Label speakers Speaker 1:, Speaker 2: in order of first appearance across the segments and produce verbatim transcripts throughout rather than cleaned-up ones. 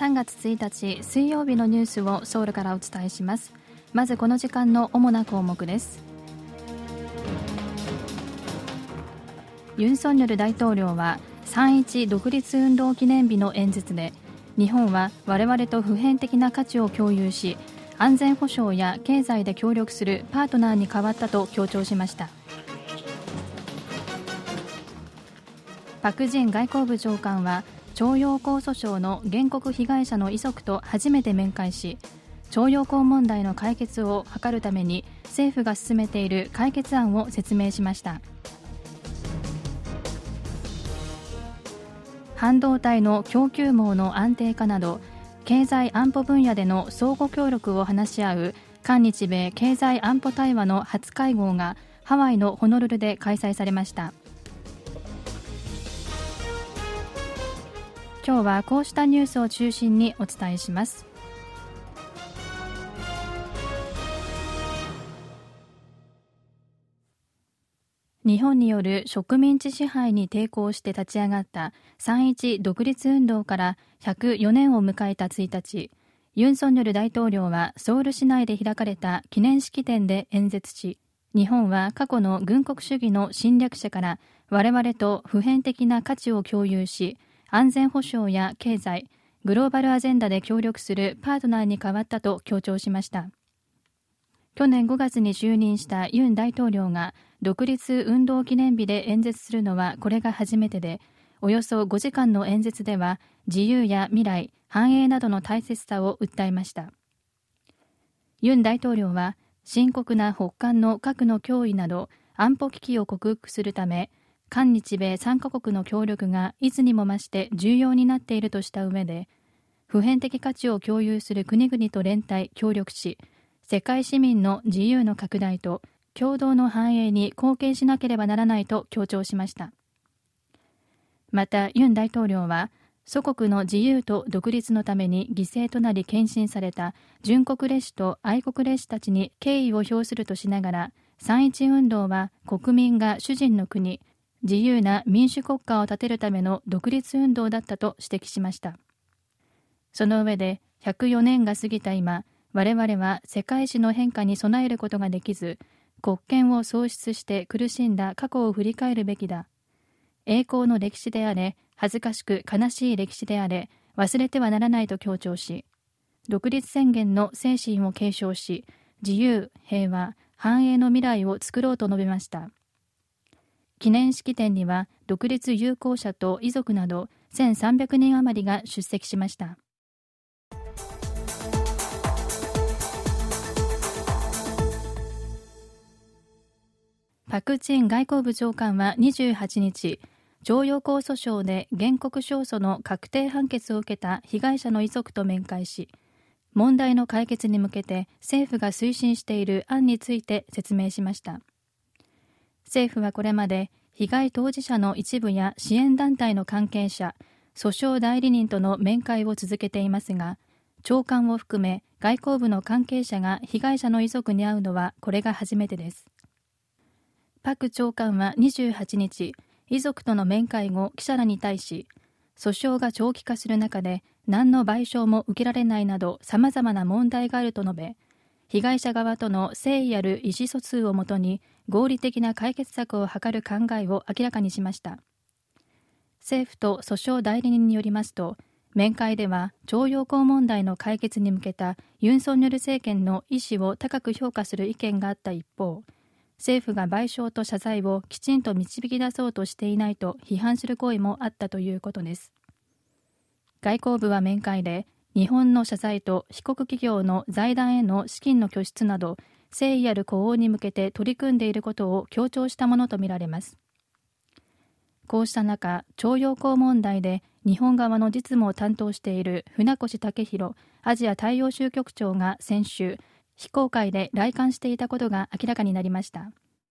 Speaker 1: さんがつついたち水曜日のニュースをソウルからお伝えします。まずこの時間の主な項目です。ユン・ソンニョル大統領はさんいち独立運動記念日の演説で、日本は我々と普遍的な価値を共有し、安全保障や経済で協力するパートナーに変わったと強調しました。パク・ジン外交部長官は徴用工訴訟の原告被害者の遺族と初めて面会し、徴用工問題の解決を図るために政府が進めている解決案を説明しました。半導体の供給網の安定化など経済安保分野での相互協力を話し合う韓日米経済安保対話の初会合がハワイのホノルルで開催されました。今日はこうしたニュースを中心にお伝えします。日本による植民地支配に抵抗して立ち上がったさんいち独立運動からひゃくよねんを迎えたついたち、ユン・ソンニョル大統領はソウル市内で開かれた記念式典で演説し、日本は過去の軍国主義の侵略者から我々と普遍的な価値を共有し、安全保障や経済、グローバルアジェンダで協力するパートナーに変わったと強調しました。去年ごがつに就任したユン大統領が独立運動記念日で演説するのはこれが初めてで、およそごじかんの演説では自由や未来、繁栄などの大切さを訴えました。ユン大統領は深刻な北韓の核の脅威など安保危機を克服するため、韓日米さんカ国の協力がいつにも増して重要になっているとした上で、普遍的価値を共有する国々と連帯協力し、世界市民の自由の拡大と共同の繁栄に貢献しなければならないと強調しました。またユン大統領は祖国の自由と独立のために犠牲となり献身された純国烈士と愛国烈士たちに敬意を表するとしながら、さんいち運動は国民が主人の国、自由な民主国家を建てるための独立運動だったと指摘しました。その上で、ひゃくよねんが過ぎた今、我々は世界史の変化に備えることができず、国権を喪失して苦しんだ過去を振り返るべきだ。栄光の歴史であれ、恥ずかしく悲しい歴史であれ、忘れてはならないと強調し、独立宣言の精神を継承し、自由、平和、繁栄の未来を作ろうと述べました。記念式典には独立友好者と遺族などせんさんびゃくにん余りが出席しました。パク・チン外交部長官はにじゅうはちにち、徴用工訴訟で原告勝訴の確定判決を受けた被害者の遺族と面会し、問題の解決に向けて政府が推進している案について説明しました。政府はこれまで被害当事者の一部や支援団体の関係者、訴訟代理人との面会を続けていますが、長官を含め外交部の関係者が被害者の遺族に会うのはこれが初めてです。パク長官はにじゅうはちにち、遺族との面会後、記者らに対し、訴訟が長期化する中で何の賠償も受けられないなど様々な問題があると述べ、被害者側との誠意ある意思疎通をもとに合理的な解決策を図る考えを明らかにしました。政府と訴訟代理人によりますと、面会では徴用工問題の解決に向けたユン・ソンニョル政権の意思を高く評価する意見があった一方、政府が賠償と謝罪をきちんと導き出そうとしていないと批判する声もあったということです。外交部は面会で、日本の謝罪と被告企業の財団への資金の拠出など、誠意ある呼応に向けて取り組んでいることを強調したものとみられます。こうした中、徴用工問題で日本側の実務を担当している船越健裕アジア大洋州局長が先週、非公開で来館していたことが明らかになりました。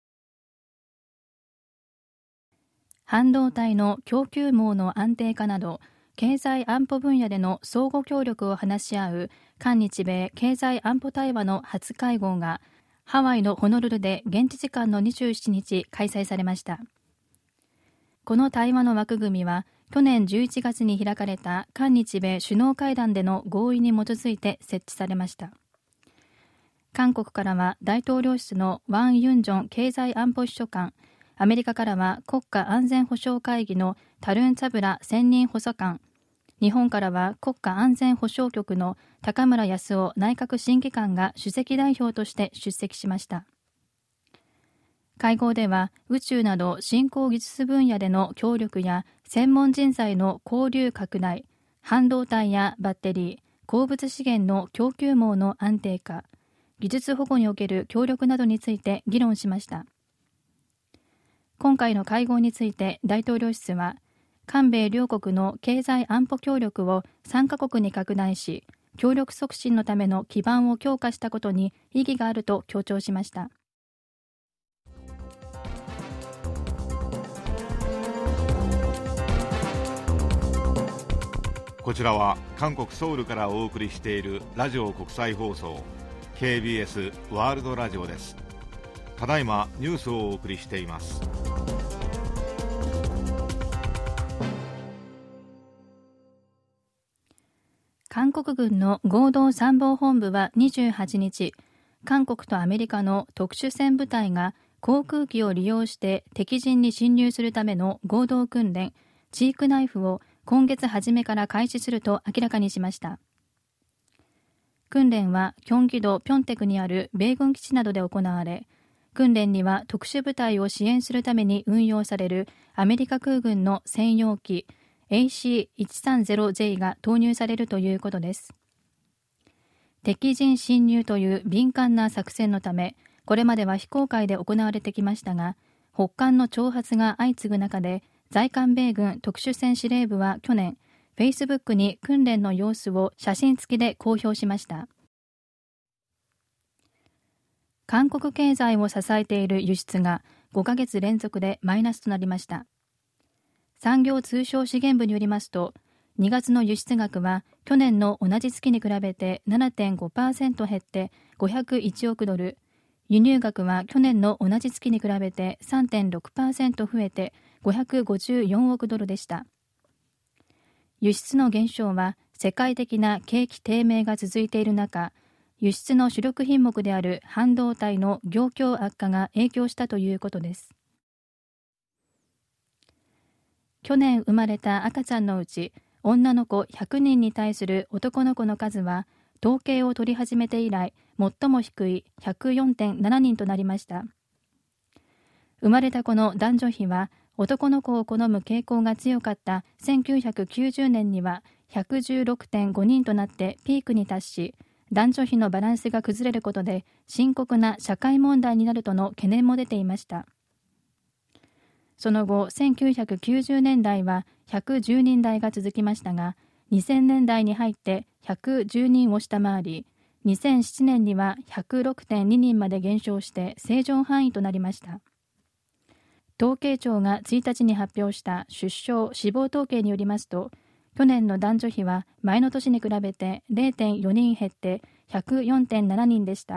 Speaker 1: 半導体の供給網の安定化など、経済安保分野での相互協力を話し合う韓日米経済安保対話の初会合がハワイのホノルルで現地時間のにじゅうしちにち開催されました。この対話の枠組みは去年じゅういちがつに開かれた韓日米首脳会談での合意に基づいて設置されました。韓国からは大統領室のワン・ユンジョン経済安保秘書官、アメリカからは国家安全保障会議のタルン・ツァブラ専任補佐官、日本からは国家安全保障局の高村康夫内閣審議官が主席代表として出席しました。会合では宇宙など新興技術分野での協力や専門人材の交流拡大、半導体やバッテリー、鉱物資源の供給網の安定化、技術保護における協力などについて議論しました。今回の会合について大統領室は、韓米両国の経済安保協力をさんカ国に拡大し、協力促進のための基盤を強化したことに意義があると強調しました。
Speaker 2: こちらは韓国ソウルからお送りしているラジオ国際放送 ケービーエス ワールドラジオです。ただいまニュースをお送りしています。
Speaker 1: 韓国軍の合同参謀本部はにじゅうはちにち、韓国とアメリカの特殊戦部隊が航空機を利用して敵陣に侵入するための合同訓練、チークナイフを今月初めから開始すると明らかにしました。訓練はキョンギ道ピョンテクにある米軍基地などで行われ、訓練には特殊部隊を支援するために運用されるアメリカ空軍の専用機 エーシーいちさんゼロジェイ が投入されるということです。敵陣侵入という敏感な作戦のため、これまでは非公開で行われてきましたが、北韓の挑発が相次ぐ中で、在韓米軍特殊戦司令部は去年、Facebook に訓練の様子を写真付きで公表しました。韓国経済を支えている輸出がごかげつ連続でマイナスとなりました。産業通商資源部によりますと、にがつの輸出額は去年の同じ月に比べて ななてんごパーセント 減ってごひゃくいちおくドル、輸入額は去年の同じ月に比べて さんてんろくパーセント 増えてごひゃくごじゅうよんおくドルでした。輸出の減少は世界的な景気低迷が続いている中、輸出の主力品目である半導体の業況悪化が影響したということです。去年生まれた赤ちゃんのうち、女の子ひゃくにんに対する男の子の数は、統計を取り始めて以来、最も低い ひゃくよんてんななにんとなりました。生まれた子の男女比は、男の子を好む傾向が強かったせんきゅうひゃくきゅうじゅうねんには ひゃくじゅうろくてんごにんとなってピークに達し、男女比のバランスが崩れることで深刻な社会問題になるとの懸念も出ていました。その後、せんきゅうひゃくきゅうじゅうねんだいはひゃくじゅうにん台が続きましたが、にせんねんだいに入ってひゃくじゅうにんを下回り、にせんななねんには ひゃくろくてんににんまで減少して正常範囲となりました。統計庁がついたちに発表した出生・死亡統計によりますと、去年の男女比は前の年に比べて れいてんよにん減ってひゃくよんてんななにんでした。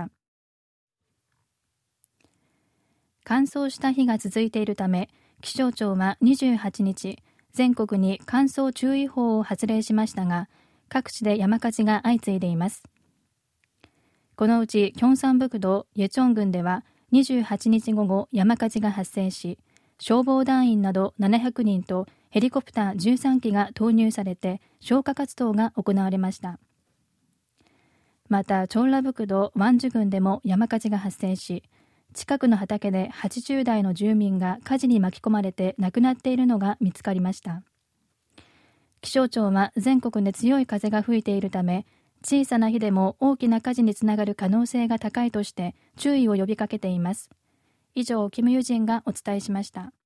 Speaker 1: 乾燥した日が続いているため、気象庁はにじゅうはちにち、全国に乾燥注意報を発令しましたが、各地で山火事が相次いでいます。このうち、キョンサンブクドイェチョン郡ではにじゅうはちにち午後、山火事が発生し、消防団員などななひゃくにんとヘリコプターじゅうさんきが投入されて消火活動が行われました。また、チョンラブクドワンジュ郡でも山火事が発生し、近くの畑ではちじゅうだいの住民が火事に巻き込まれて亡くなっているのが見つかりました。気象庁は全国で強い風が吹いているため、小さな火でも大きな火事につながる可能性が高いとして注意を呼びかけています。以上、キム・ユジンがお伝えしました。